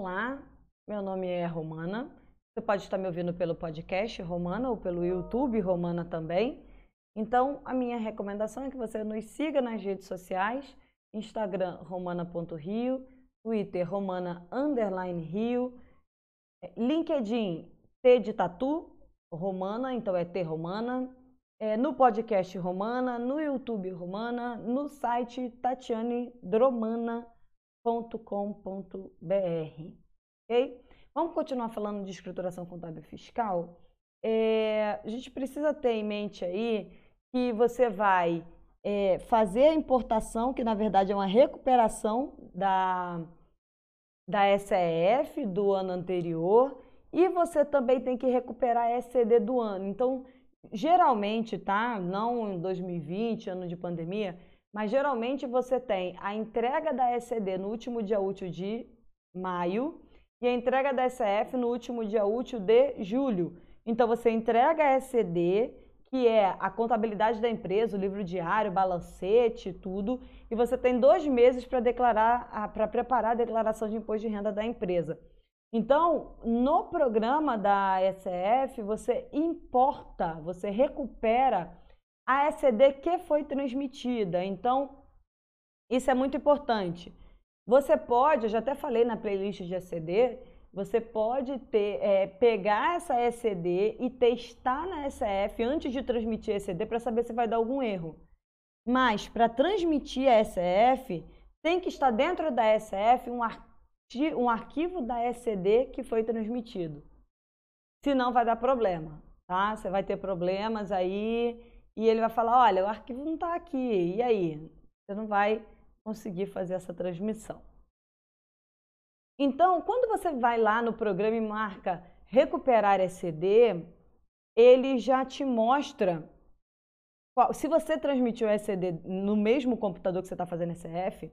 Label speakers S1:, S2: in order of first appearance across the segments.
S1: Olá, meu nome é Romana. Você pode estar me ouvindo pelo podcast Romana ou pelo YouTube Romana também. Então, a minha recomendação é que você nos siga nas redes sociais, Instagram romana.rio, Twitter romana_rio, LinkedIn T de Tatu, Romana, então é T Romana, no podcast Romana, no YouTube Romana, no site tatianedromana.com.br. Ok? Vamos continuar falando de escrituração contábil fiscal? A gente precisa ter em mente aí que você vai fazer a importação, que na verdade é uma recuperação da SEF do ano anterior, e você também tem que recuperar a ECD do ano. Então, geralmente, tá? Não em 2020, ano de pandemia, mas geralmente você tem a entrega da ECD no último dia útil de maio e a entrega da SEF no último dia útil de julho. Então, você entrega a ECD, que é a contabilidade da empresa, o livro diário, balancete, tudo, e você tem 2 meses para preparar a declaração de imposto de renda da empresa. Então, no programa da SEF, você importa, você recupera a ECD que foi transmitida. Então, isso é muito importante. Você pode, eu já até falei na playlist de ECD, você pode pegar essa ECD e testar na SEF antes de transmitir a ECD para saber se vai dar algum erro. Mas, para transmitir a SEF, tem que estar dentro da SEF um arquivo da ECD que foi transmitido. Senão vai dar problema, tá? Você vai ter problemas aí e ele vai falar, olha, o arquivo não está aqui, e aí? Você não vai conseguir fazer essa transmissão. Então, quando você vai lá no programa e marca recuperar ECD, ele já te mostra, se você transmitiu o ECD no mesmo computador que você está fazendo SEF,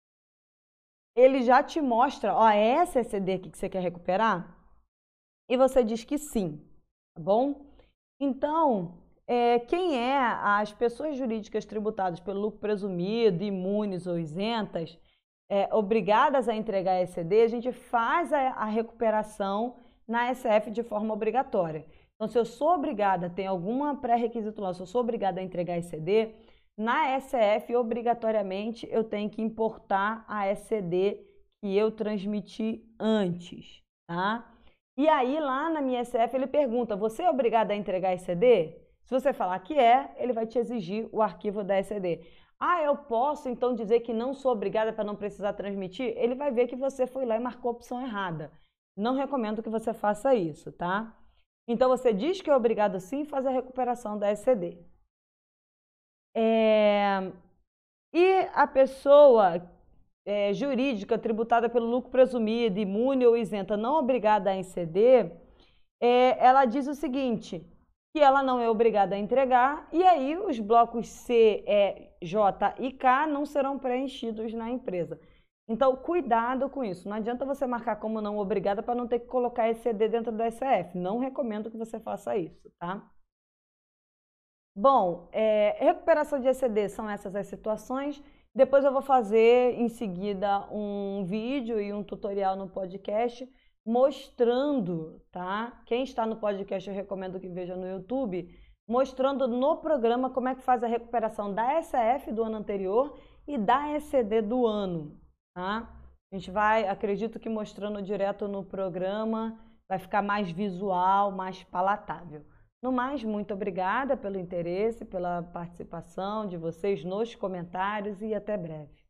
S1: ele já te mostra, ó, é essa ECD aqui que você quer recuperar? E você diz que sim, tá bom? Então, quem é as pessoas jurídicas tributadas pelo lucro presumido, imunes ou isentas, obrigadas a entregar a ECD, a gente faz a recuperação na SEF de forma obrigatória. Então, se eu sou obrigada, tem alguma pré-requisito lá, se eu sou obrigada a entregar a ECD, na SEF, obrigatoriamente, eu tenho que importar a ECD que eu transmiti antes, tá? E aí, lá na minha SEF, ele pergunta, você é obrigada a entregar a ECD? Se você falar que ele vai te exigir o arquivo da ECD. Ah, eu posso então dizer que não sou obrigada para não precisar transmitir? Ele vai ver que você foi lá e marcou a opção errada. Não recomendo que você faça isso, tá? Então, você diz que é obrigado sim fazer a recuperação da ECD. E a pessoa jurídica tributada pelo lucro presumido, imune ou isenta, não obrigada a ECD, ela diz o seguinte, que ela não é obrigada a entregar, e aí os blocos C, E, J e K não serão preenchidos na empresa. Então, cuidado com isso. Não adianta você marcar como não obrigada para não ter que colocar ECD dentro da SEF. Não recomendo que você faça isso, tá? Bom, recuperação de ECD são essas as situações. Depois eu vou fazer em seguida um vídeo e um tutorial no podcast mostrando, tá? Quem está no podcast eu recomendo que veja no YouTube, mostrando no programa como é que faz a recuperação da SEF do ano anterior e da ECD do ano, tá? A gente vai, acredito que mostrando direto no programa, vai ficar mais visual, mais palatável. No mais, muito obrigada pelo interesse, pela participação de vocês nos comentários e até breve.